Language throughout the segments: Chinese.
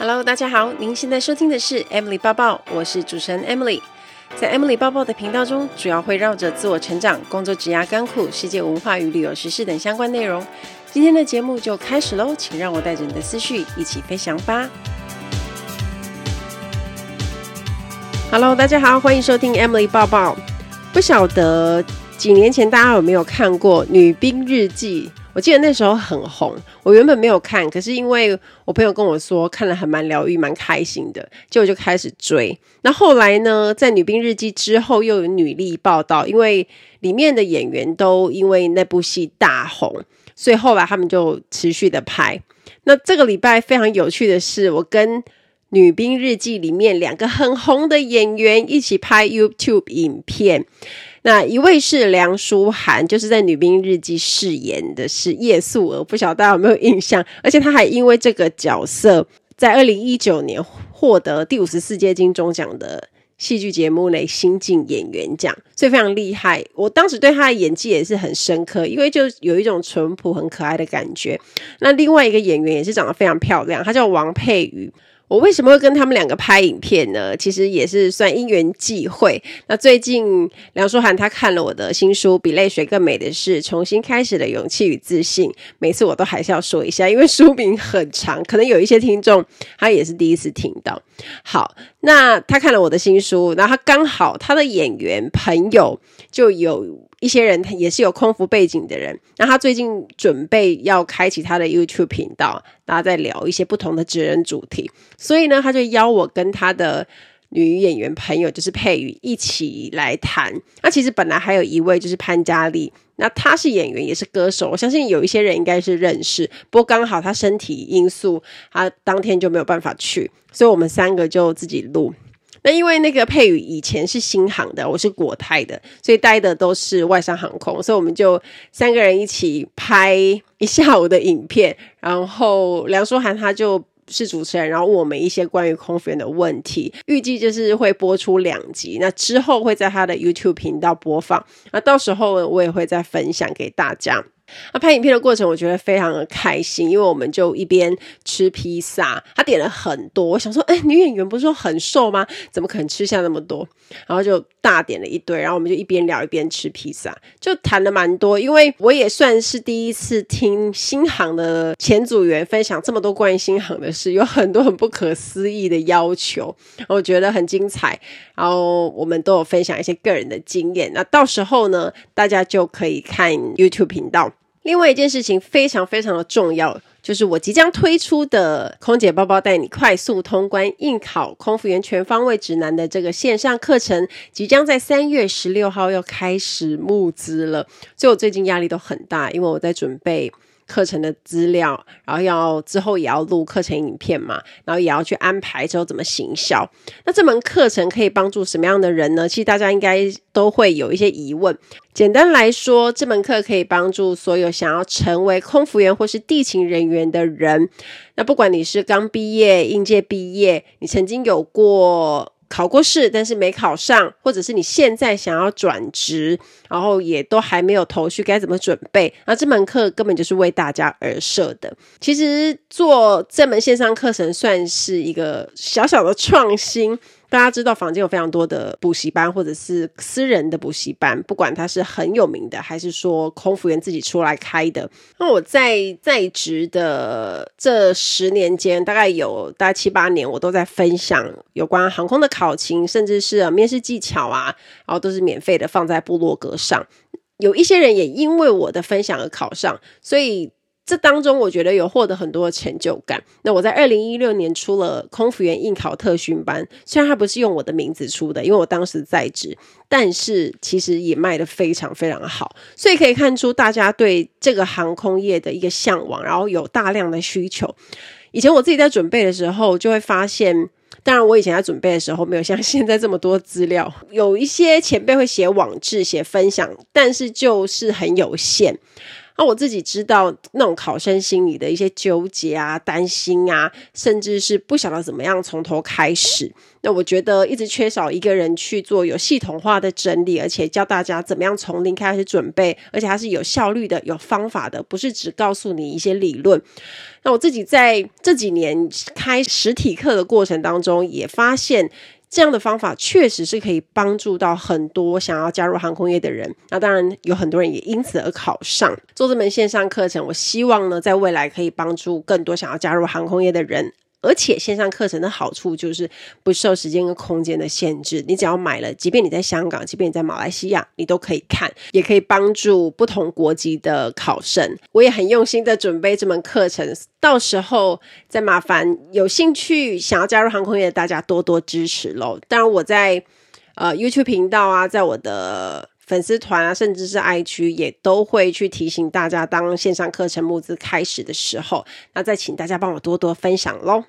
Hello， 大家好，您现在收听的是 Emily 报报，我是主持人 Emily。在 Emily 报报的频道中，主要会绕着自我成长、工作、职涯、甘苦、世界文化与旅游时事等相关内容。今天的节目就开始咯，请让我带着你的思绪一起飞翔吧。Hello， 大家好，欢迎收听 Emily 报报。不晓得几年前大家有没有看过《女兵日记》？我记得那时候很红，我原本没有看，可是因为我朋友跟我说看了还蛮疗愈蛮开心的，结果就开始追。那后来呢，在女兵日记之后又有女力报道，因为里面的演员都因为那部戏大红，所以后来他们就持续的拍。那这个礼拜非常有趣的是，我跟女兵日记里面两个很红的演员一起拍 YouTube 影片。那一位是梁书涵，就是在女兵日记饰演的是叶素娥，不晓得大家有没有印象，而且她还因为这个角色在2019年获得第54届金钟奖的戏剧节目内新晋演员奖，所以非常厉害。我当时对她的演技也是很深刻，因为就有一种淳朴很可爱的感觉。那另外一个演员也是长得非常漂亮，她叫王佩瑜。我为什么会跟他们两个拍影片呢？其实也是算因缘际会。那最近梁书涵他看了我的新书《比泪水更美的是重新开始的勇气与自信》，每次我都还是要说一下，因为书名很长，可能有一些听众他也是第一次听到。好，那他看了我的新书，然后他刚好他的演员朋友就有一些人也是有空服背景的人，那他最近准备要开启他的 YouTube 频道，大家在聊一些不同的职人主题，所以呢他就邀我跟他的女演员朋友就是佩瑜一起来谈。那其实本来还有一位就是潘嘉丽，那他是演员也是歌手，我相信有一些人应该是认识，不过刚好他身体因素他当天就没有办法去，所以我们三个就自己录。那因为那个佩瑜以前是新航的，我是国泰的，所以待的都是外商航空，所以我们就三个人一起拍一下午的影片，然后梁书涵他就是主持人，然后问我们一些关于空服员的问题，预计就是会播出2集，那之后会在他的 YouTube 频道播放，那到时候我也会再分享给大家。那拍影片的过程我觉得非常的开心，因为我们就一边吃披萨，他点了很多，我想说女演员不是说很瘦吗？怎么可能吃下那么多？然后就大点了一堆，然后我们就一边聊一边吃披萨，就谈了蛮多。因为我也算是第一次听新航的前组员分享这么多关于新航的事，有很多很不可思议的要求，我觉得很精彩。然后我们都有分享一些个人的经验，那到时候呢大家就可以看 YouTube 频道。另外一件事情非常非常的重要，就是我即将推出的空姐包包带你快速通关应考空服员全方位指南的这个线上课程，即将在3月16号要开始募资了，所以我最近压力都很大，因为我在准备课程的资料，然后之后也要录课程影片嘛，然后也要去安排之后怎么行销。那这门课程可以帮助什么样的人呢？其实大家应该都会有一些疑问。简单来说，这门课可以帮助所有想要成为空服员或是地勤人员的人。那不管你是刚毕业、应届毕业，你曾经有过考过试但是没考上，或者是你现在想要转职，然后也都还没有头绪该怎么准备，那这门课根本就是为大家而设的。其实做这门线上课程算是一个小小的创新，大家知道坊间有非常多的补习班或者是私人的补习班，不管它是很有名的还是说空服员自己出来开的。那我在职的这10年间，大概7、8年我都在分享有关航空的考勤，甚至是面试技巧啊，然后都是免费的放在部落格上。有一些人也因为我的分享而考上，所以这当中我觉得有获得很多的成就感。那我在2016年出了空服员应考特训班，虽然它不是用我的名字出的，因为我当时在职，但是其实也卖得非常非常好，所以可以看出大家对这个航空业的一个向往，然后有大量的需求。以前我自己在准备的时候就会发现，当然我以前在准备的时候没有像现在这么多资料，有一些前辈会写网志写分享，但是就是很有限。 那我自己知道那种考生心里的一些纠结啊、担心啊，甚至是不晓得怎么样从头开始。那我觉得一直缺少一个人去做有系统化的整理，而且教大家怎么样从零开始准备，而且它是有效率的、有方法的，不是只告诉你一些理论。那我自己在这几年开实体课的过程当中，也发现这样的方法确实是可以帮助到很多想要加入航空业的人。那当然有很多人也因此而考上。做这门线上课程，我希望呢，在未来可以帮助更多想要加入航空业的人。而且线上课程的好处就是不受时间跟空间的限制，你只要买了，即便你在香港，即便你在马来西亚，你都可以看，也可以帮助不同国籍的考生。我也很用心的准备这门课程，到时候再麻烦有兴趣想要加入航空业的大家多多支持咯。当然我在YouTube 频道啊，在我的粉丝团啊，甚至是 IG 也都会去提醒大家，当线上课程募资开始的时候，那再请大家帮我多多分享咯。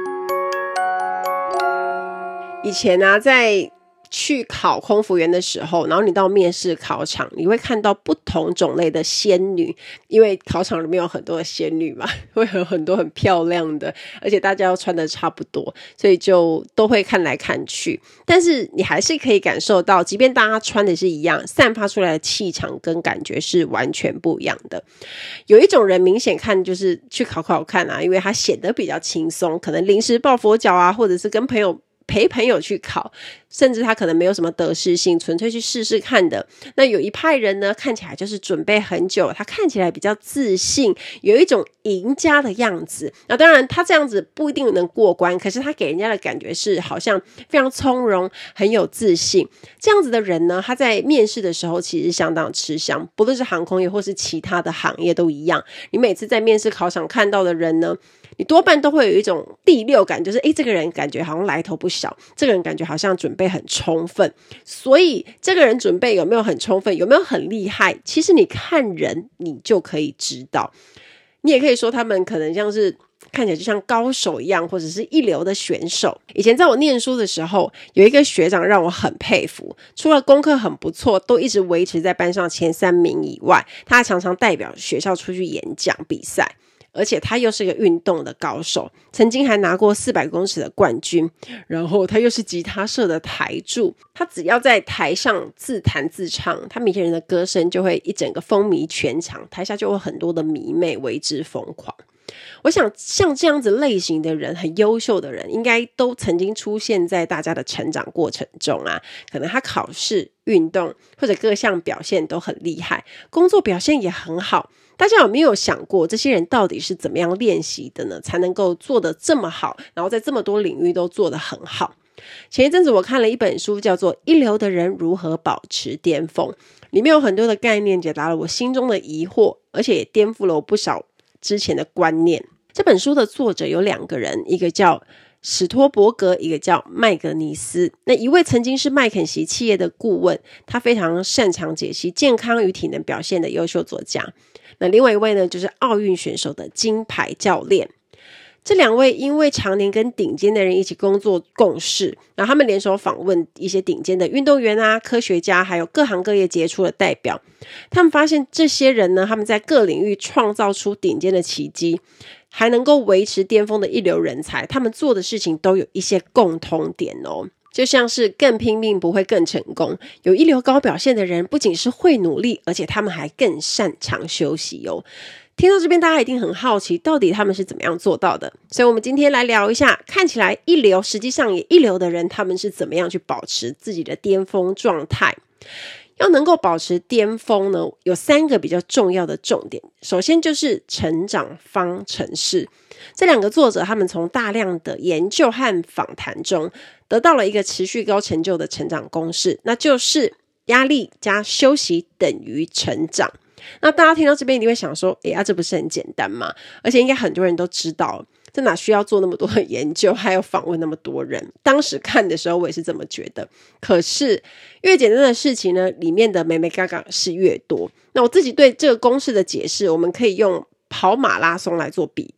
以前啊，在去考空服员的时候，然后你到面试考场，你会看到不同种类的仙女，因为考场里面有很多的仙女嘛，会有很多很漂亮的，而且大家都穿的差不多，所以就都会看来看去。但是你还是可以感受到，即便大家穿的是一样，散发出来的气场跟感觉是完全不一样的。有一种人明显看就是去考看啊，因为他显得比较轻松，可能临时抱佛脚啊，或者是跟陪朋友去考，甚至他可能没有什么得失心，纯粹去试试看的。那有一派人呢，看起来就是准备很久，他看起来比较自信，有一种赢家的样子。那当然他这样子不一定能过关，可是他给人家的感觉是好像非常从容，很有自信。这样子的人呢，他在面试的时候其实相当吃香，不论是航空业或是其他的行业都一样。你每次在面试考场看到的人呢，你多半都会有一种第六感，就是这个人感觉好像来头不小，这个人感觉好像准备很充分。所以这个人准备有没有很充分，有没有很厉害，其实你看人你就可以知道。你也可以说他们可能像是看起来就像高手一样，或者是一流的选手。以前在我念书的时候，有一个学长让我很佩服，除了功课很不错，都一直维持在班上前3名以外，他还常常代表学校出去演讲比赛。而且他又是个运动的高手，曾经还拿过400公尺的冠军，然后他又是吉他社的台柱。他只要在台上自弹自唱，他迷人的歌声就会一整个风靡全场，台下就有很多的迷妹为之疯狂。我想像这样子类型的人，很优秀的人，应该都曾经出现在大家的成长过程中啊。可能他考试、运动或者各项表现都很厉害，工作表现也很好。大家有没有想过，这些人到底是怎么样练习的呢？才能够做得这么好，然后在这么多领域都做得很好。前一阵子我看了一本书，叫做《一流的人如何保持巅峰》，里面有很多的概念解答了我心中的疑惑，而且也颠覆了我不少之前的观念。这本书的作者有2个人，一个叫史托伯格，一个叫麦格尼斯。那一位曾经是麦肯锡企业的顾问，他非常擅长解析健康与体能表现的优秀作家。那另外一位呢，就是奥运选手的金牌教练。这2位因为常年跟顶尖的人一起工作共事，然后他们联手访问一些顶尖的运动员啊、科学家，还有各行各业杰出的代表。他们发现这些人呢，他们在各领域创造出顶尖的奇迹，还能够维持巅峰的一流人才，他们做的事情都有一些共通点哦。就像是更拼命不会更成功，有一流高表现的人不仅是会努力，而且他们还更擅长休息哦。听到这边大家一定很好奇，到底他们是怎么样做到的？所以我们今天来聊一下，看起来一流，实际上也一流的人，他们是怎么样去保持自己的巅峰状态。要能够保持巅峰呢，有3个比较重要的重点。首先就是成长方程式，这2个作者他们从大量的研究和访谈中得到了一个持续高成就的成长公式，那就是压力加休息等于成长。那大家听到这边一定会想说，这不是很简单吗？而且应该很多人都知道，这哪需要做那么多的研究，还有访问那么多人。当时看的时候我也是这么觉得，可是越简单的事情呢，里面的眉眉角角是越多。那我自己对这个公式的解释，我们可以用跑马拉松来做比喻。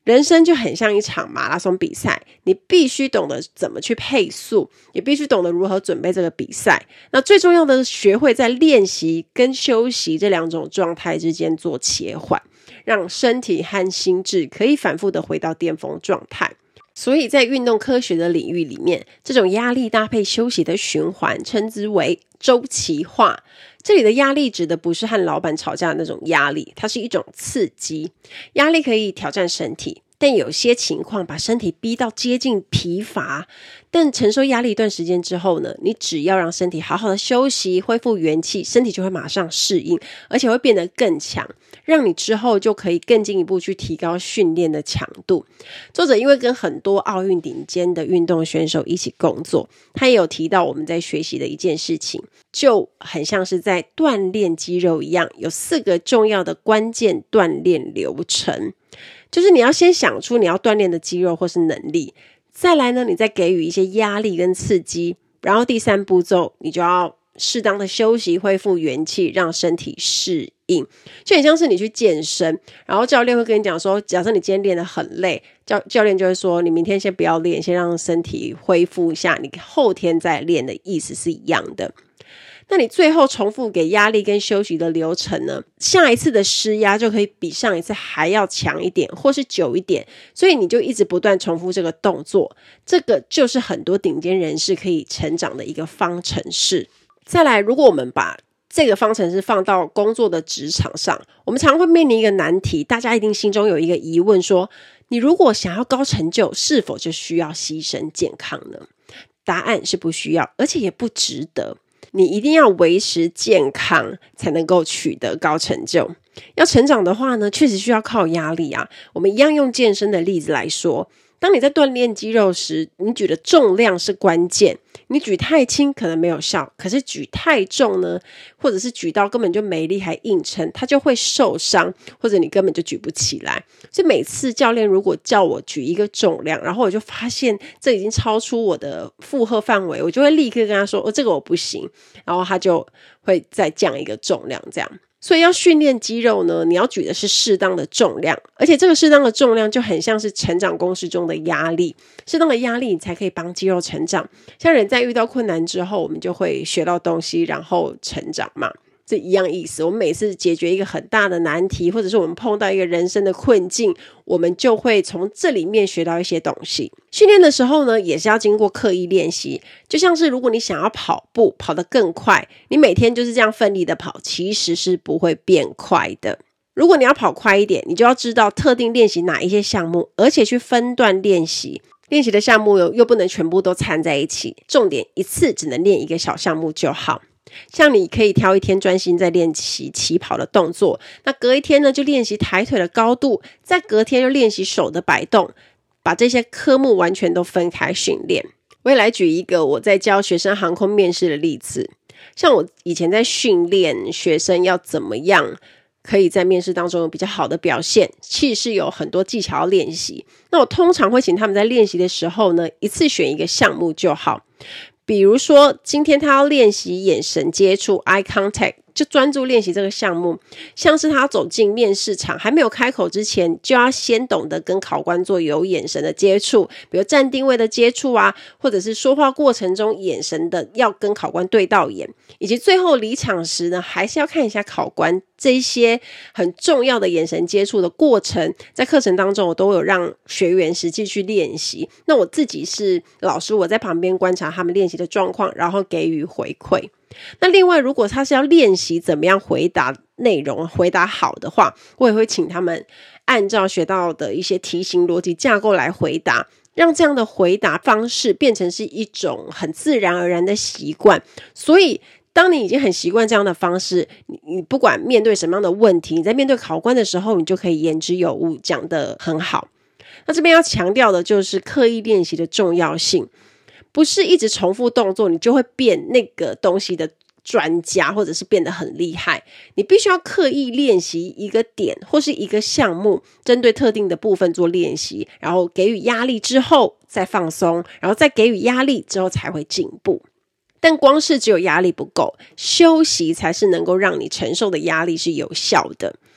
人生就很像一场马拉松比赛，你必须懂得怎么去配速，也必须懂得如何准备这个比赛。那最重要的是学会在练习跟休息这两种状态之间做切换，让身体和心智可以反复的回到巅峰状态。所以在运动科学的领域里面，这种压力搭配休息的循环称之为周期化。这里的压力指的不是和老板吵架的那种压力，它是一种刺激。压力可以挑战身体，但有些情况把身体逼到接近疲乏。但承受压力一段时间之后呢，你只要让身体好好的休息，恢复元气，身体就会马上适应，而且会变得更强，让你之后就可以更进一步去提高训练的强度。作者因为跟很多奥运顶尖的运动选手一起工作，他也有提到我们在学习的一件事情，就很像是在锻炼肌肉一样，有4个重要的关键锻炼流程。就是你要先想出你要锻炼的肌肉或是能力，再来呢，你再给予一些压力跟刺激，然后第3步骤你就要适当的休息，恢复元气，让身体适应。就很像是你去健身，然后教练会跟你讲说，假设你今天练得很累，教练就会说你明天先不要练，先让身体恢复一下，你后天再练的意思是一样的。那你最后重复给压力跟休息的流程呢，下一次的施压就可以比上一次还要强一点，或是久一点，所以你就一直不断重复这个动作。这个就是很多顶尖人士可以成长的一个方程式。再来，如果我们把这个方程式放到工作的职场上，我们常会面临一个难题，大家一定心中有一个疑问说，你如果想要高成就，是否就需要牺牲健康呢？答案是不需要，而且也不值得。你一定要维持健康才能够取得高成就。要成长的话呢，确实需要靠压力啊。我们一样用健身的例子来说，当你在锻炼肌肉时，你举的重量是关键。你举太轻可能没有效，可是举太重呢，或者是举到根本就没力还硬撑，它就会受伤，或者你根本就举不起来。所以每次教练如果叫我举一个重量，然后我就发现这已经超出我的负荷范围，我就会立刻跟他说，这个我不行，然后他就会再降一个重量这样。所以要训练肌肉呢，你要举的是适当的重量，而且这个适当的重量就很像是成长公式中的压力，适当的压力你才可以帮肌肉成长。像人在遇到困难之后，我们就会学到东西，然后成长嘛，这一样意思。我们每次解决一个很大的难题，或者是我们碰到一个人生的困境，我们就会从这里面学到一些东西。训练的时候呢，也是要经过刻意练习，就像是如果你想要跑步跑得更快，你每天就是这样奋力的跑，其实是不会变快的。如果你要跑快一点，你就要知道特定练习哪一些项目，而且去分段练习。练习的项目又不能全部都掺在一起，重点一次只能练一个小项目就好。像你可以挑一天专心在练习起跑的动作，那隔一天呢就练习抬腿的高度，再隔天就练习手的摆动，把这些科目完全都分开训练。我也来举一个我在教学生航空面试的例子，像我以前在训练学生要怎么样可以在面试当中有比较好的表现，其实是有很多技巧要练习。那我通常会请他们在练习的时候呢，一次选一个项目就好。比如说今天他要练习眼神接触 eye contact， 就专注练习这个项目。像是他走进面试场还没有开口之前，就要先懂得跟考官做有眼神的接触，比如站定位的接触啊，或者是说话过程中眼神的要跟考官对到眼，以及最后离场时呢，还是要看一下考官。这些很重要的眼神接触的过程，在课程当中我都有让学员实际去练习。那我自己是老师，我在旁边观察他们练习的状况，然后给予回馈。那另外如果他是要练习怎么样回答内容回答好的话，我也会请他们按照学到的一些题型逻辑架构来回答，让这样的回答方式变成是一种很自然而然的习惯。所以当你已经很习惯这样的方式，你不管面对什么样的问题，你在面对考官的时候，你就可以言之有物，讲得很好。那这边要强调的就是刻意练习的重要性，不是一直重复动作你就会变那个东西的专家，或者是变得很厉害。你必须要刻意练习一个点或是一个项目，针对特定的部分做练习，然后给予压力之后再放松，然后再给予压力之后才会进步。但光是只有压力不够，休息才是能够让你承受的压力是有效的。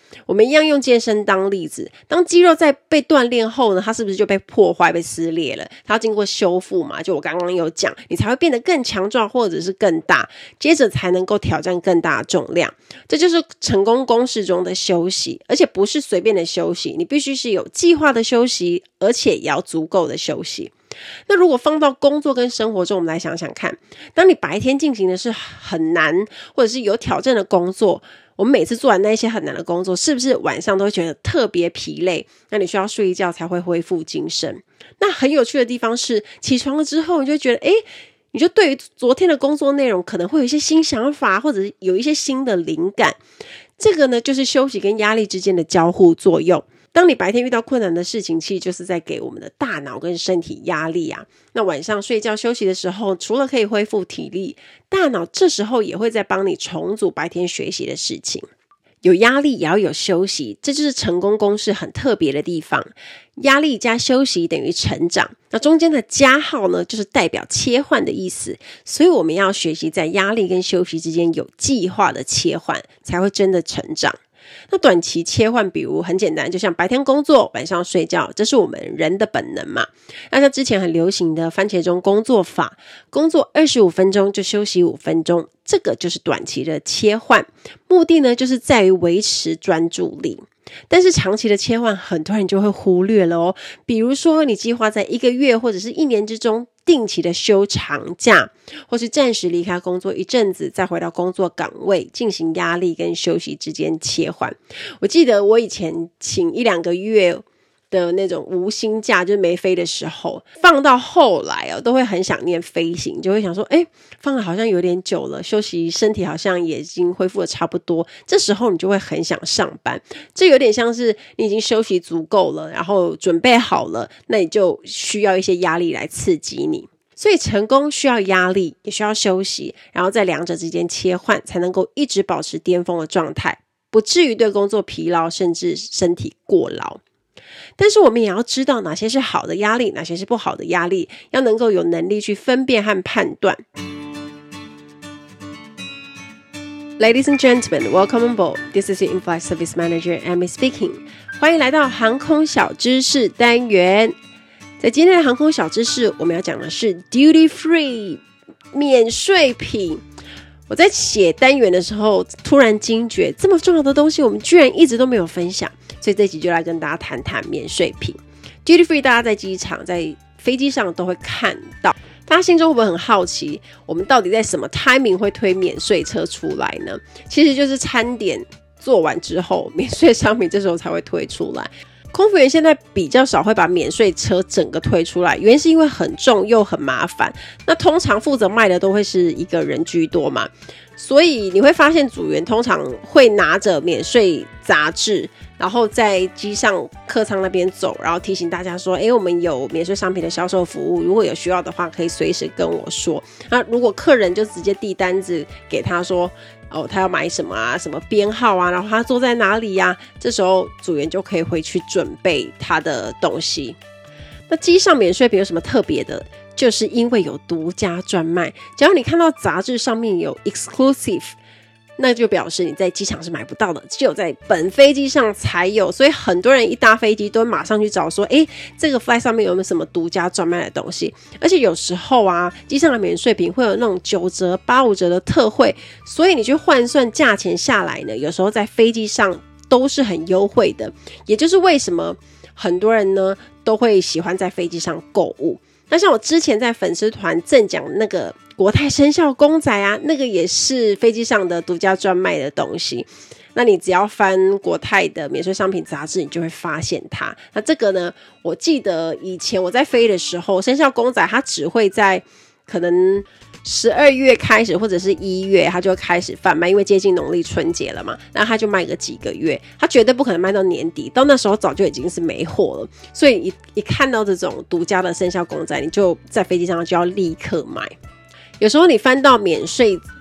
我们一样用健身当例子，当肌肉在被锻炼后呢，它是不是就被破坏、被撕裂了？它要经过修复嘛，就我刚刚有讲，你才会变得更强壮或者是更大，接着才能够挑战更大的重量。这就是成功公式中的休息，而且不是随便的休息，你必须是有计划的休息，而且也要足够的休息。那如果放到工作跟生活中，我们来想想看，当你白天进行的是很难或者是有挑战的工作，我们每次做完那些很难的工作，是不是晚上都会觉得特别疲累？那你需要睡一觉才会恢复精神。那很有趣的地方是，起床了之后，你就觉得你就对于昨天的工作内容可能会有一些新想法，或者有一些新的灵感。这个呢，就是休息跟压力之间的交互作用。当你白天遇到困难的事情，其实就是在给我们的大脑跟身体压力啊。那晚上睡觉休息的时候，除了可以恢复体力，大脑这时候也会在帮你重组白天学习的事情。有压力也要有休息，这就是成功公式很特别的地方。压力加休息等于成长，那中间的加号呢，就是代表切换的意思。所以我们要学习在压力跟休息之间有计划的切换，才会真的成长。那短期切换，比如很简单，就像白天工作，晚上睡觉，这是我们人的本能嘛。那像之前很流行的番茄钟工作法，工作25分钟就休息5分钟，这个就是短期的切换，目的呢就是在于维持专注力。但是长期的切换，很多人就会忽略了哦。比如说你计划在1个月或者是1年之中定期的休长假，或是暂时离开工作一阵子，再回到工作岗位，进行压力跟休息之间切换。我记得我以前请1-2个月的那种无薪假，就是没飞的时候，放到后来都会很想念飞行，就会想说放了好像有点久了，休息身体好像也已经恢复的差不多，这时候你就会很想上班。这有点像是你已经休息足够了，然后准备好了，那你就需要一些压力来刺激你。所以成功需要压力，也需要休息，然后在两者之间切换，才能够一直保持巅峰的状态，不至于对工作疲劳，甚至身体过劳。但是我们也要知道哪些是好的压力，哪些是不好的压力，要能够有能力去分辨和判断。Ladies and gentlemen, welcome on board. This is your in-flight service manager, Amy speaking. 欢迎来到航空小知识单元。在今天的航空小知识，我们要讲的是 duty free 免税品。我在写单元的时候，突然惊觉，这么重要的东西，我们居然一直都没有分享。所以这集就来跟大家谈谈免税品。Duty free 大家在机场在飞机上都会看到，大家心中会不会很好奇，我们到底在什么 timing 会推免税车出来呢？其实就是餐点做完之后，免税商品这时候才会推出来。空服员现在比较少会把免税车整个推出来，原因是因为很重又很麻烦，那通常负责卖的都会是一个人居多嘛，所以你会发现组员通常会拿着免税杂志，然后在机上客舱那边走，然后提醒大家说我们有免税商品的销售服务，如果有需要的话可以随时跟我说。那如果客人就直接递单子给他说他要买什么啊，什么编号啊，然后他坐在哪里啊，这时候组员就可以回去准备他的东西。那机上免税品有什么特别的？就是因为有独家专卖，只要你看到杂志上面有 exclusive， 那就表示你在机场是买不到的，只有在本飞机上才有。所以很多人一搭飞机都马上去找说这个 flight 上面有没有什么独家专卖的东西。而且有时候啊，机上的免税品会有那种9折85折的特惠，所以你去换算价钱下来呢，有时候在飞机上都是很优惠的。也就是为什么很多人呢都会喜欢在飞机上购物。那像我之前在粉丝团正讲那个国泰生肖公仔啊，那个也是飞机上的独家专卖的东西。那你只要翻国泰的免税商品杂志，你就会发现它。那这个呢，我记得以前我在飞的时候，生肖公仔它只会在可能12月开始或者是1月它就开始贩卖，因为接近农历春节了嘛，然后它就卖个几个月，它绝对不可能卖到年底，到那时候早就已经是没货了。所以一看到这种独家的生肖公仔，你就在飞机上就要立刻买。有时候你翻到免税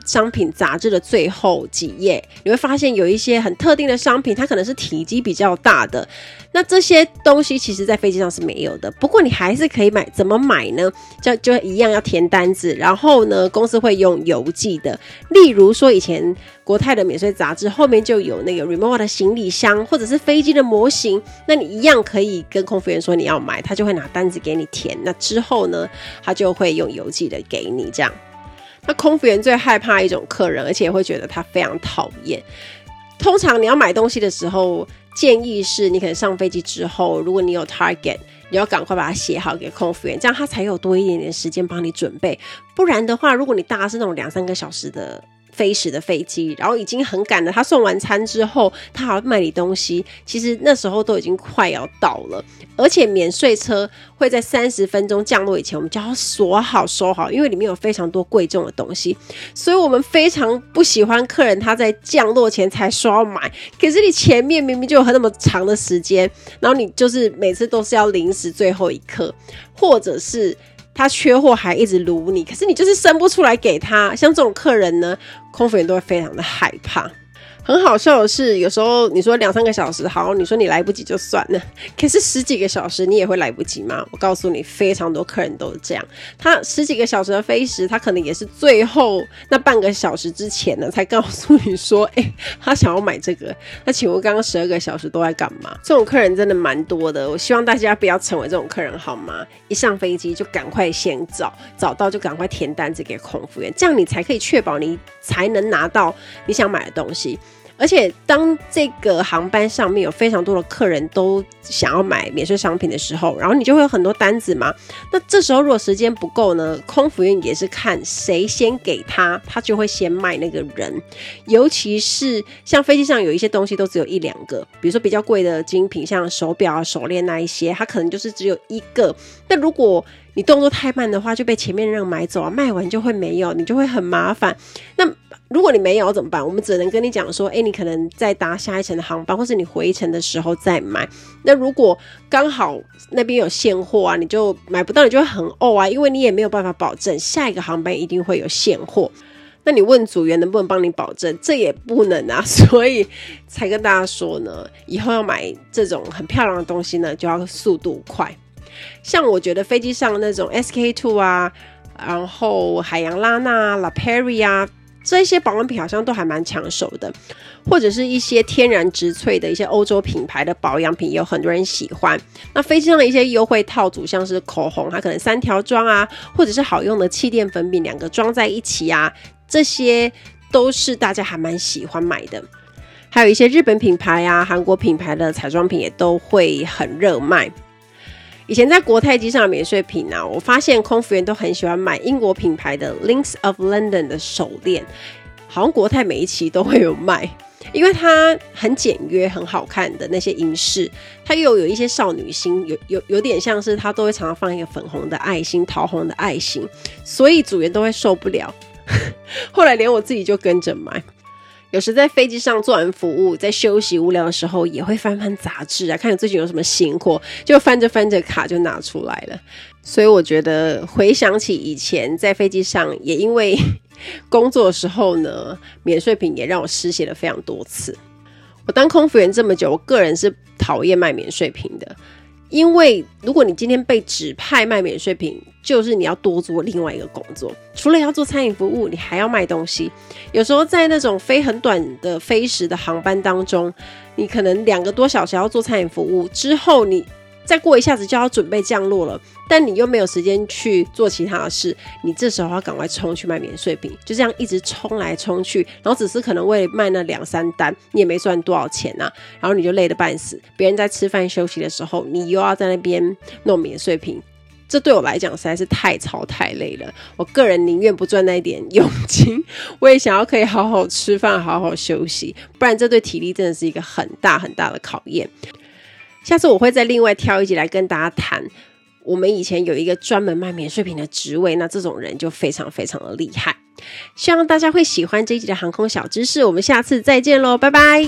商品杂志的最后几页，你会发现有一些很特定的商品，它可能是体积比较大的，那这些东西其实在飞机上是没有的，不过你还是可以买。怎么买呢？就一样要填单子，然后呢公司会用邮寄的，例如说以前国泰的免税杂志后面就有那个 remote 的行李箱或者是飞机的模型，那你一样可以跟空服员说你要买，他就会拿单子给你填，那之后呢他就会用邮寄的给你这样。那空服员最害怕一种客人，而且会觉得他非常讨厌。通常你要买东西的时候，建议是你可能上飞机之后，如果你有 target， 你要赶快把它写好给空服员，这样他才有多一点点时间帮你准备。不然的话，如果你搭的是那种2-3个小时的飞时的飞机，然后已经很赶了，他送完餐之后他还要卖你东西，其实那时候都已经快要到了，而且免税车会在30分钟降落以前我们就要锁好收好，因为里面有非常多贵重的东西，所以我们非常不喜欢客人他在降落前才说要买，可是你前面明明就有那么长的时间，然后你就是每次都是要临时最后一刻，或者是他缺货还一直撸你，可是你就是生不出来给他，像这种客人呢，空服员都会非常的害怕。很好笑的是，有时候你说2-3个小时好，你说你来不及就算了，可是10几个小时你也会来不及吗？我告诉你，非常多客人都是这样，他10几个小时的飞时，他可能也是最后那半个小时之前呢才告诉你说他想要买这个，那请问刚刚12个小时都在干嘛？这种客人真的蛮多的，我希望大家不要成为这种客人好吗？一上飞机就赶快先找到就赶快填单子给空服员，这样你才可以确保你才能拿到你想买的东西。而且当这个航班上面有非常多的客人都想要买免税商品的时候，然后你就会有很多单子嘛，那这时候如果时间不够呢，空服员也是看谁先给他就会先卖那个人。尤其是像飞机上有一些东西都只有1-2个，比如说比较贵的精品像手表啊手链那一些，它可能就是只有1个，那如果你动作太慢的话就被前面的人买走啊，卖完就会没有，你就会很麻烦。那如果你没有怎么办？我们只能跟你讲说你可能再搭下一程的航班，或是你回程的时候再买。那如果刚好那边有现货啊，你就买不到，你就会很啊，因为你也没有办法保证下一个航班一定会有现货。那你问组员能不能帮你保证，这也不能啊，所以才跟大家说呢，以后要买这种很漂亮的东西呢，就要速度快。像我觉得飞机上那种 SK2 啊，然后海洋拉娜、La Prairie 啊，这些保养品好像都还蛮抢手的，或者是一些天然植萃的一些欧洲品牌的保养品，也有很多人喜欢。那飞机上的一些优惠套组，像是口红，它可能3条装啊，或者是好用的气垫粉饼2个装在一起啊，这些都是大家还蛮喜欢买的。还有一些日本品牌啊、韩国品牌的彩妆品也都会很热卖。以前在国泰机上的免税品啊，我发现空服员都很喜欢买英国品牌的 Links of London 的手链，好像国泰每一期都会有卖，因为它很简约很好看的那些银饰，它又有一些少女心，有点像是它都会常常放一个粉红的爱心、桃红的爱心，所以组员都会受不了后来连我自己就跟着买。有时在飞机上做完服务，在休息无聊的时候也会翻翻杂志啊，看最近有什么新货，就翻着翻着卡就拿出来了。所以我觉得回想起以前在飞机上，也因为工作的时候呢，免税品也让我失血了非常多次。我当空服员这么久，我个人是讨厌卖免税品的，因为如果你今天被指派卖免税品，就是你要多做另外一个工作，除了要做餐饮服务，你还要卖东西。有时候在那种飞很短的飞时的航班当中，你可能2个多小时要做餐饮服务，之后你再过一下子就要准备降落了，但你又没有时间去做其他的事，你这时候要赶快冲去卖免税品，就这样一直冲来冲去，然后只是可能为了卖那2-3单，你也没赚多少钱啊，然后你就累得半死，别人在吃饭休息的时候，你又要在那边弄免税品，这对我来讲实在是太操太累了。我个人宁愿不赚那一点佣金，我也想要可以好好吃饭好好休息，不然这对体力真的是一个很大很大的考验。下次我会再另外挑一集来跟大家谈，我们以前有一个专门卖免税品的职位，那这种人就非常非常的厉害。希望大家会喜欢这一集的航空小知识，我们下次再见咯，拜拜。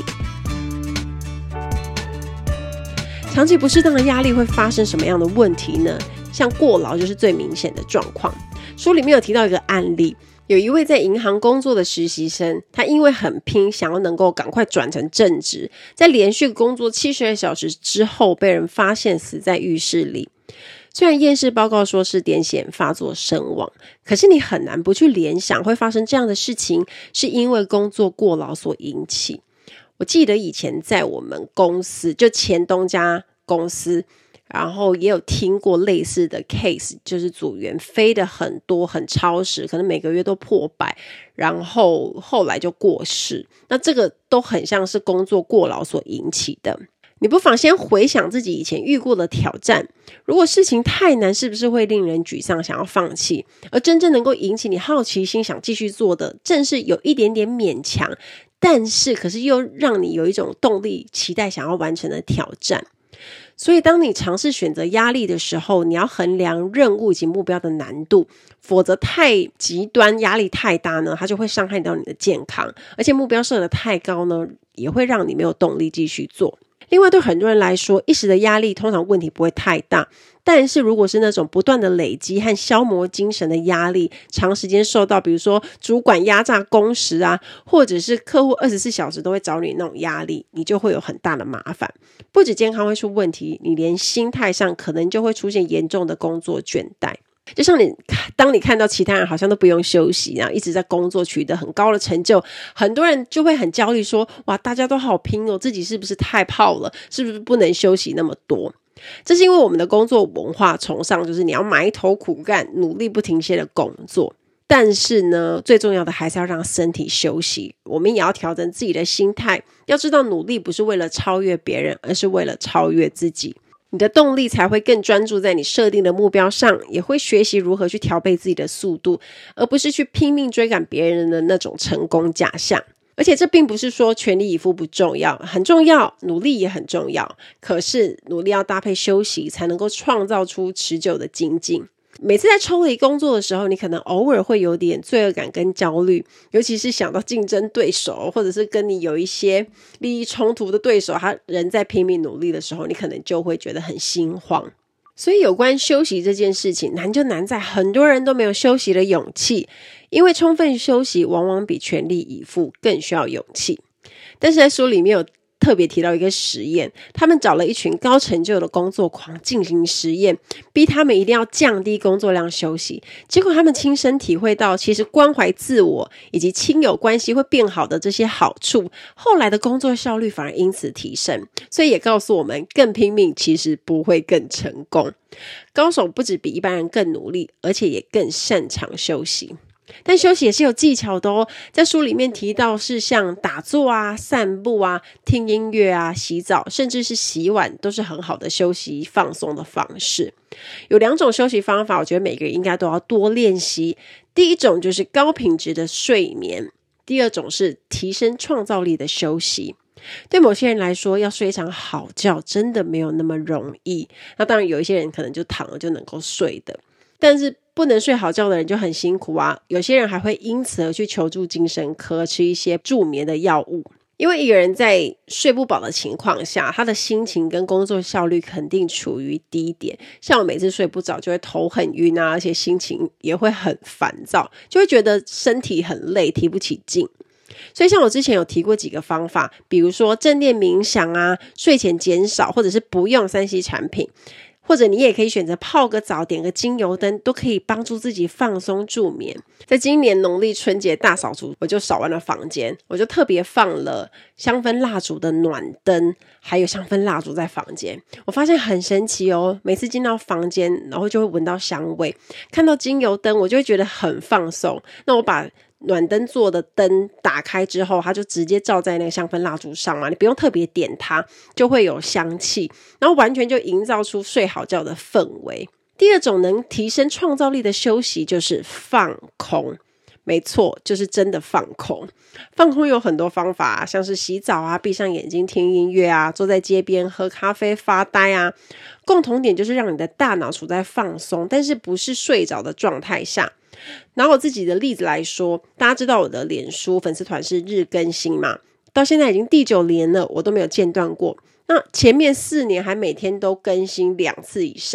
长期不适当的压力会发生什么样的问题呢？像过劳就是最明显的状况。书里面有提到一个案例， 有一位在银行工作的实习生，他因为很拼，想要能够赶快转成正职，在连续工作72小时之后被人发现死在浴室里。虽然验尸报告说是癫痫发作身亡，可是你很难不去联想会发生这样的事情是因为工作过劳所引起。我记得以前在我们公司，就前东家公司，然后也有听过类似的 case， 就是组员飞得很多很超时，可能每个月都破百，然后后来就过世。那这个都很像是工作过劳所引起的。你不妨先回想自己以前遇过的挑战，如果事情太难，是不是会令人沮丧，想要放弃？而真正能够引起你好奇心想继续做的，正是有一点点勉强，可是又让你有一种动力期待想要完成的挑战。所以当你尝试选择压力的时候，你要衡量任务以及目标的难度，否则太极端，压力太大呢，它就会伤害到你的健康，而且目标设得太高呢，也会让你没有动力继续做。另外，对很多人来说，一时的压力通常问题不会太大，但是如果是那种不断的累积和消磨精神的压力，长时间受到比如说主管压榨工时啊，或者是客户24小时都会找你那种压力，你就会有很大的麻烦。不止健康会出问题，你连心态上可能就会出现严重的工作倦怠。就像当你看到其他人好像都不用休息，然后一直在工作取得很高的成就，很多人就会很焦虑说，哇，大家都好拼哦，自己是不是太泡了，是不是不能休息那么多？这是因为我们的工作文化崇尚就是你要埋头苦干，努力不停歇的工作。但是呢，最重要的还是要让身体休息，我们也要调整自己的心态，要知道努力不是为了超越别人，而是为了超越自己。你的动力才会更专注在你设定的目标上，也会学习如何去调配自己的速度，而不是去拼命追赶别人的那种成功假象。而且这并不是说全力以赴不重要，很重要，努力也很重要，可是努力要搭配休息，才能够创造出持久的精进。每次在抽离工作的时候，你可能偶尔会有点罪恶感跟焦虑，尤其是想到竞争对手，或者是跟你有一些利益冲突的对手，他人在拼命努力的时候，你可能就会觉得很心慌。所以有关休息这件事情，难就难在很多人都没有休息的勇气，因为充分休息往往比全力以赴更需要勇气。但是在书里面有特别提到一个实验，他们找了一群高成就的工作狂进行实验，逼他们一定要降低工作量休息。结果他们亲身体会到，其实关怀自我以及亲友关系会变好的这些好处，后来的工作效率反而因此提升。所以也告诉我们，更拼命其实不会更成功。高手不止比一般人更努力，而且也更擅长休息。但休息也是有技巧的哦，在书里面提到是像打坐啊、散步啊、听音乐啊、洗澡，甚至是洗碗，都是很好的休息放松的方式。有2种休息方法，我觉得每个人应该都要多练习。第一种就是高品质的睡眠，第二种是提升创造力的休息。对某些人来说，要睡一场好觉真的没有那么容易，那当然有一些人可能就躺了就能够睡的，但是不能睡好觉的人就很辛苦啊，有些人还会因此而去求助精神科，吃一些助眠的药物。因为一个人在睡不饱的情况下，他的心情跟工作效率肯定处于低点。像我每次睡不着就会头很晕啊，而且心情也会很烦躁，就会觉得身体很累，提不起劲。所以像我之前有提过几个方法，比如说正念冥想啊，睡前减少或者是不用3C 产品，或者你也可以选择泡个澡，点个精油灯，都可以帮助自己放松助眠。在今年农历春节大扫除，我就扫完了房间，我就特别放了香氛蜡烛的暖灯，还有香氛蜡烛在房间。我发现很神奇哦，每次进到房间，然后就会闻到香味，看到精油灯，我就会觉得很放松。那我把暖灯做的灯打开之后，它就直接照在那个香氛蜡烛上嘛，你不用特别点它，就会有香气，然后完全就营造出睡好觉的氛围。第二种能提升创造力的休息就是放空，没错，就是真的放空。放空有很多方法，像是洗澡啊，闭上眼睛听音乐啊，坐在街边喝咖啡发呆啊，共同点就是让你的大脑处在放松，但是不是睡着的状态下。拿我自己的例子来说，大家知道我的脸书粉丝团是日更新嘛，到现在已经第9年了，我都没有间断过。那前面4年还每天都更新2次以上。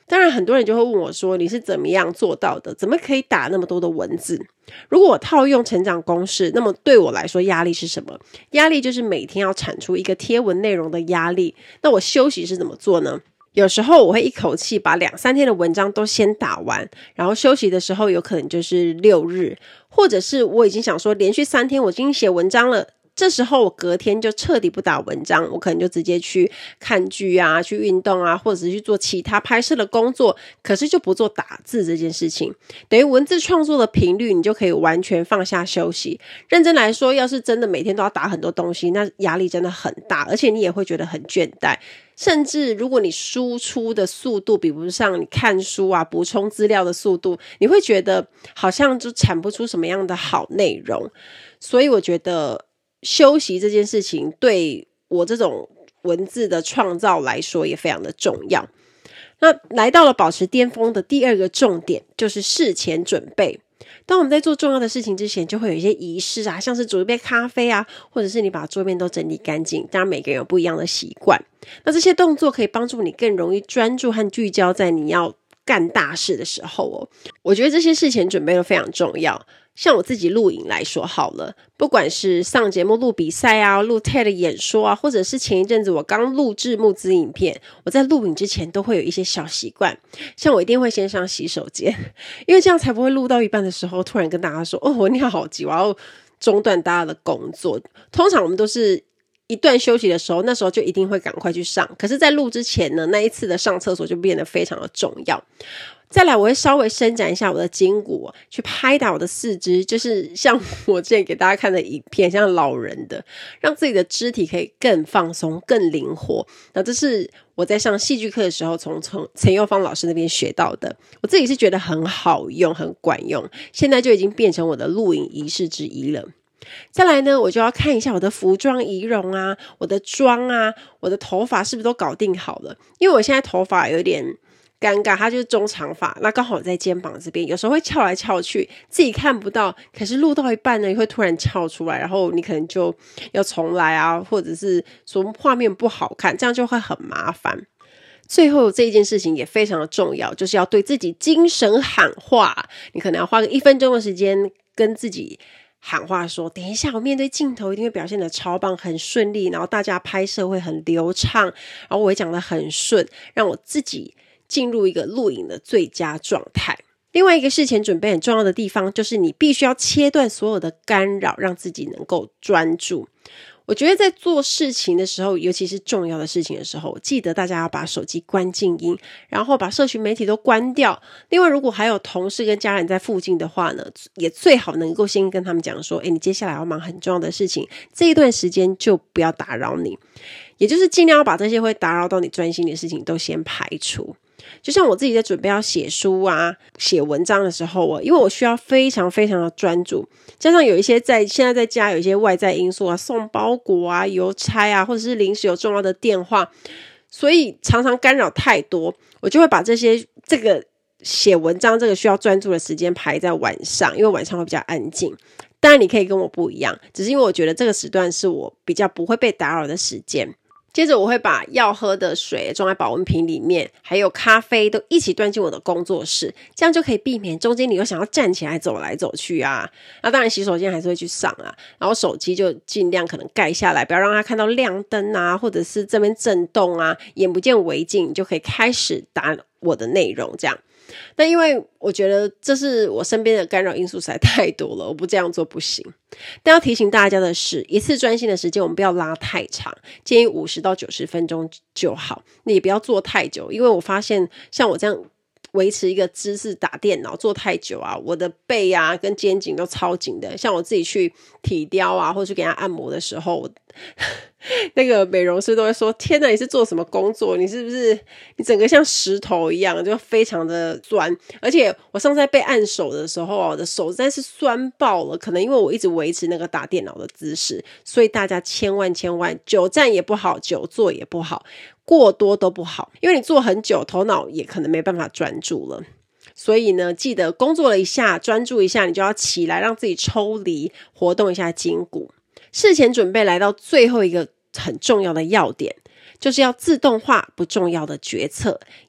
当然很多人就会问我说，你是怎么样做到的？怎么可以打那么多的文字？如果我套用成长公式，那么对我来说压力是什么？压力就是每天要产出一个贴文内容的压力。那我休息是怎么做呢？有时候我会一口气把2-3天的文章都先打完，然后休息的时候有可能就是6日，或者是我已经想说连续3天我已经写文章了，这时候我隔天就彻底不打文章，我可能就直接去看剧啊，去运动啊，或者是去做其他拍摄的工作，可是就不做打字这件事情。等于文字创作的频率你就可以完全放下休息。认真来说，要是真的每天都要打很多东西，那压力真的很大，而且你也会觉得很倦怠。甚至如果你输出的速度比不上你看书啊补充资料的速度，你会觉得好像就产不出什么样的好内容。所以我觉得休息这件事情对我这种文字的创造来说也非常的重要。那来到了保持巅峰的第2个重点，就是事前准备。当我们在做重要的事情之前，就会有一些仪式啊，像是煮一杯咖啡啊，或者是你把桌面都整理干净。当然每个人有不一样的习惯，那这些动作可以帮助你更容易专注和聚焦在你要干大事的时候哦。我觉得这些事前准备都非常重要。像我自己录影来说好了，不管是上节目录比赛啊，录 TED 演说啊，或者是前一阵子我刚录制募资影片，我在录影之前都会有一些小习惯。像我一定会先上洗手间，因为这样才不会录到一半的时候突然跟大家说，我尿好急，我要中断大家的工作。通常我们都是一段休息的时候，那时候就一定会赶快去上，可是在录之前呢，那一次的上厕所就变得非常的重要。再来我会稍微伸展一下我的筋骨，去拍打我的四肢，就是像我之前给大家看的影片，像老人的，让自己的肢体可以更放松更灵活。那这是我在上戏剧课的时候从陈佑芳老师那边学到的，我自己是觉得很好用很管用，现在就已经变成我的录影仪式之一了。再来呢，我就要看一下我的服装仪容啊，我的妆啊，我的头发是不是都搞定好了。因为我现在头发有点尴尬，它就是中长发，那刚好在肩膀这边，有时候会翘来翘去，自己看不到，可是录到一半呢，会突然翘出来，然后你可能就要重来啊，或者是说画面不好看，这样就会很麻烦。最后这一件事情也非常的重要，就是要对自己精神喊话，你可能要花个1分钟的时间跟自己喊话说，等一下我面对镜头一定会表现得超棒很顺利，然后大家拍摄会很流畅，然后我会讲得很顺，让我自己进入一个录影的最佳状态。另外一个事前准备很重要的地方，就是你必须要切断所有的干扰，让自己能够专注。我觉得在做事情的时候，尤其是重要的事情的时候，记得大家要把手机关静音，然后把社群媒体都关掉。另外如果还有同事跟家人在附近的话呢，也最好能够先跟他们讲说，你接下来要忙很重要的事情，这一段时间就不要打扰你，也就是尽量要把这些会打扰到你专心的事情都先排除。就像我自己在准备要写书啊写文章的时候，因为我需要非常非常的专注，加上有一些现在在家有一些外在因素啊，送包裹啊邮差啊，或者是临时有重要的电话，所以常常干扰太多，我就会把这个写文章这个需要专注的时间排在晚上，因为晚上会比较安静。当然你可以跟我不一样，只是因为我觉得这个时段是我比较不会被打扰的时间。接着我会把要喝的水装在保温瓶里面，还有咖啡都一起端进我的工作室，这样就可以避免中间你又想要站起来走来走去啊。那当然洗手间还是会去上啊，然后手机就尽量可能盖下来，不要让它看到亮灯啊，或者是这边震动啊，眼不见为净，你就可以开始打我的内容这样。那因为我觉得这是我身边的干扰因素实在太多了，我不这样做不行。但要提醒大家的是，一次专心的时间我们不要拉太长，建议50到90分钟就好，你也不要做太久，因为我发现像我这样维持一个姿势打电脑做太久啊，我的背啊跟肩颈都超紧的。像我自己去体雕啊或者去给他按摩的时候，那个美容师都会说，天哪，你是做什么工作，你是不是你整个像石头一样，就非常的酸。而且我上次在被按手的时候，我的手实在是酸爆了，可能因为我一直维持那个打电脑的姿势。所以大家千万久站也不好，久坐也不好，过多都不好，因为你坐很久头脑也可能没办法专注了。所以呢，记得工作了一下专注一下，你就要起来让自己抽离活动一下筋骨。事前准备来到最后一个很重要的要点，就是要自动化不重要的决策，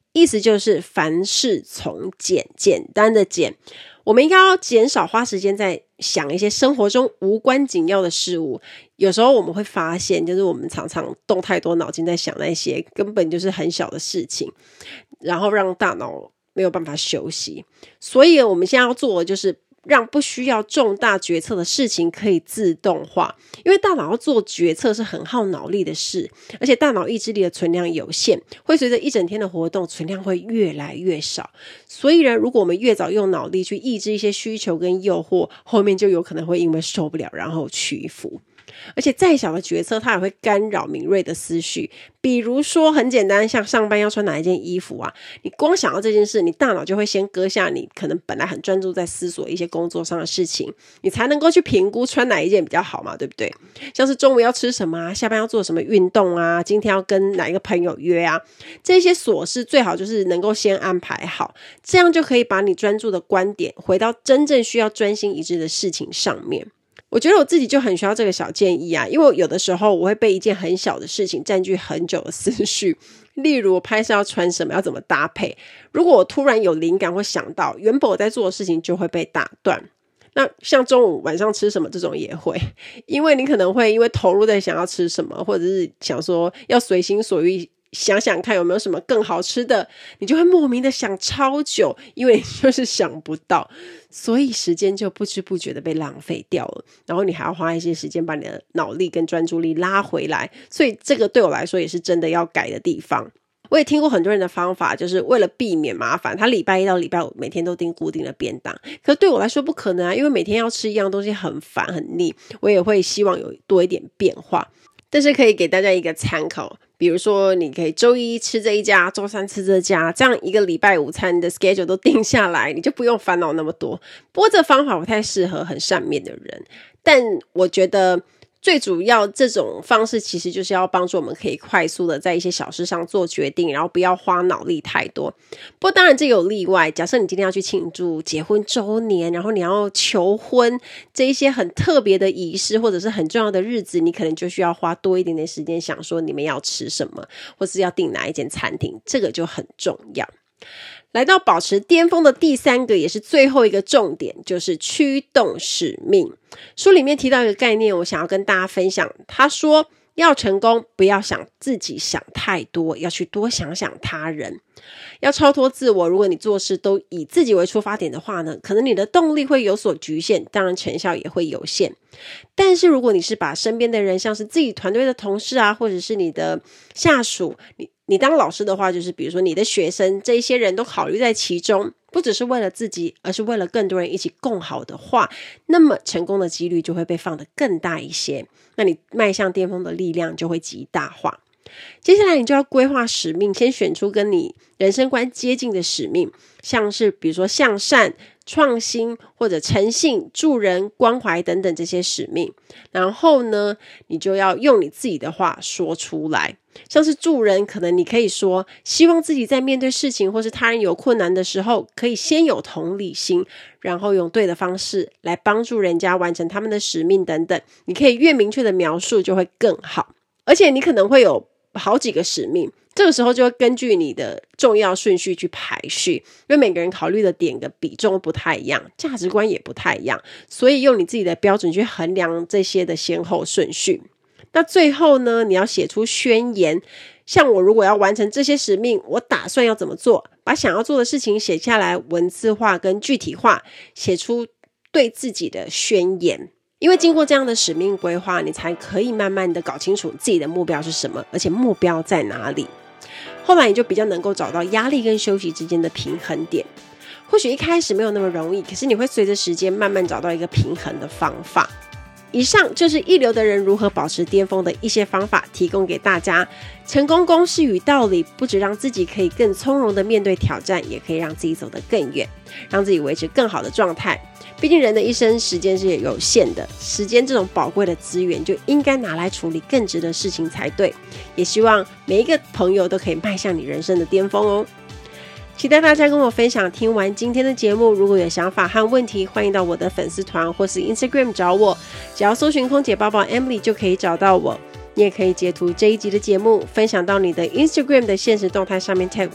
意思就是凡事从简，简单的简。我们应该要减少花时间在想一些生活中无关紧要的事物。有时候我们会发现，就是我们常常动太多脑筋在想那些根本就是很小的事情，然后让大脑没有办法休息。所以我们现在要做的就是让不需要重大决策的事情可以自动化，因为大脑要做决策是很耗脑力的事，而且大脑意志力的存量有限，会随着一整天的活动存量会越来越少。所以呢，如果我们越早用脑力去抑制一些需求跟诱惑，后面就有可能会因为受不了然后屈服。而且再小的决策它也会干扰敏锐的思绪，比如说很简单，像上班要穿哪一件衣服啊，你光想到这件事，你大脑就会先搁下你可能本来很专注在思索一些工作上的事情，你才能够去评估穿哪一件比较好嘛，对不对？像是中午要吃什么啊，下班要做什么运动啊，今天要跟哪一个朋友约啊，这些琐事最好就是能够先安排好，这样就可以把你专注的观点回到真正需要专心一致的事情上面。我觉得我自己就很需要这个小建议啊，因为有的时候我会被一件很小的事情占据很久的思绪，例如我拍摄要穿什么，要怎么搭配，如果我突然有灵感或想到，原本我在做的事情就会被打断。那像中午晚上吃什么这种也会，因为你可能会因为投入在想要吃什么，或者是想说要随心所欲想想看有没有什么更好吃的，你就会莫名的想超久，因为你就是想不到，所以时间就不知不觉的被浪费掉了，然后你还要花一些时间把你的脑力跟专注力拉回来，所以这个对我来说也是真的要改的地方。我也听过很多人的方法，就是为了避免麻烦，他礼拜一到礼拜五每天都订固定的便当，可是对我来说不可能啊，因为每天要吃一样东西很烦很腻，我也会希望有多一点变化。但是可以给大家一个参考，比如说你可以周一吃这一家，周三吃这家，这样一个礼拜午餐的 schedule 都定下来，你就不用烦恼那么多。不过这方法不太适合很善变的人，但我觉得最主要这种方式其实就是要帮助我们可以快速的在一些小事上做决定，然后不要花脑力太多。不过当然这有例外，假设你今天要去庆祝结婚周年，然后你要求婚，这一些很特别的仪式或者是很重要的日子，你可能就需要花多一点点时间想说你们要吃什么，或是要订哪一间餐厅，这个就很重要。来到保持巅峰的第三个也是最后一个重点，就是驱动使命。书里面提到一个概念，我想要跟大家分享。他说要成功，不要想自己想太多，要去多想想他人，要超脱自我。如果你做事都以自己为出发点的话呢，可能你的动力会有所局限，当然成效也会有限。但是如果你是把身边的人，像是自己团队的同事啊，或者是你的下属，你当老师的话，就是比如说你的学生，这一些人都考虑在其中，不只是为了自己，而是为了更多人一起共好的话，那么成功的几率就会被放得更大一些，那你迈向巅峰的力量就会极大化。接下来你就要规划使命，先选出跟你人生观接近的使命，像是比如说向善、创新或者诚信、助人、关怀等等这些使命。然后呢，你就要用你自己的话说出来，像是助人，可能你可以说希望自己在面对事情或是他人有困难的时候，可以先有同理心，然后用对的方式来帮助人家完成他们的使命等等。你可以越明确的描述就会更好，而且你可能会有好几个使命，这个时候就会根据你的重要顺序去排序，因为每个人考虑的点的比重不太一样，价值观也不太一样，所以用你自己的标准去衡量这些的先后顺序。那最后呢，你要写出宣言，像我如果要完成这些使命，我打算要怎么做，把想要做的事情写下来，文字化跟具体化，写出对自己的宣言。因为经过这样的使命规划，你才可以慢慢的搞清楚自己的目标是什么，而且目标在哪里。后来你就比较能够找到压力跟休息之间的平衡点。或许一开始没有那么容易，可是你会随着时间慢慢找到一个平衡的方法。以上就是一流的人如何保持巅峰的一些方法，提供给大家。成功公式与道理，不只让自己可以更从容的面对挑战，也可以让自己走得更远，让自己维持更好的状态。毕竟人的一生时间是有限的，时间这种宝贵的资源就应该拿来处理更值得事情才对。也希望每一个朋友都可以迈向你人生的巅峰哦。期待大家跟我分享听完今天的节目，如果有想法和问题，欢迎到我的粉丝团或是 Instagram 找我，只要搜寻空姐抱抱 Emily 就可以找到我。你也可以截图这一集的节目，分享到你的 Instagram 的限时动态上面 tag 我，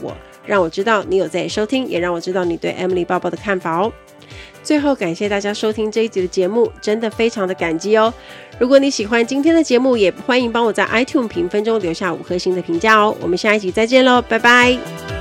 让我知道你有在收听，也让我知道你对 Emily 抱抱的看法哦。最后感谢大家收听这一集的节目，真的非常的感激哦。如果你喜欢今天的节目，也欢迎帮我在 iTunes 评分中留下5颗星的评价哦。我们下一集再见喽，拜拜。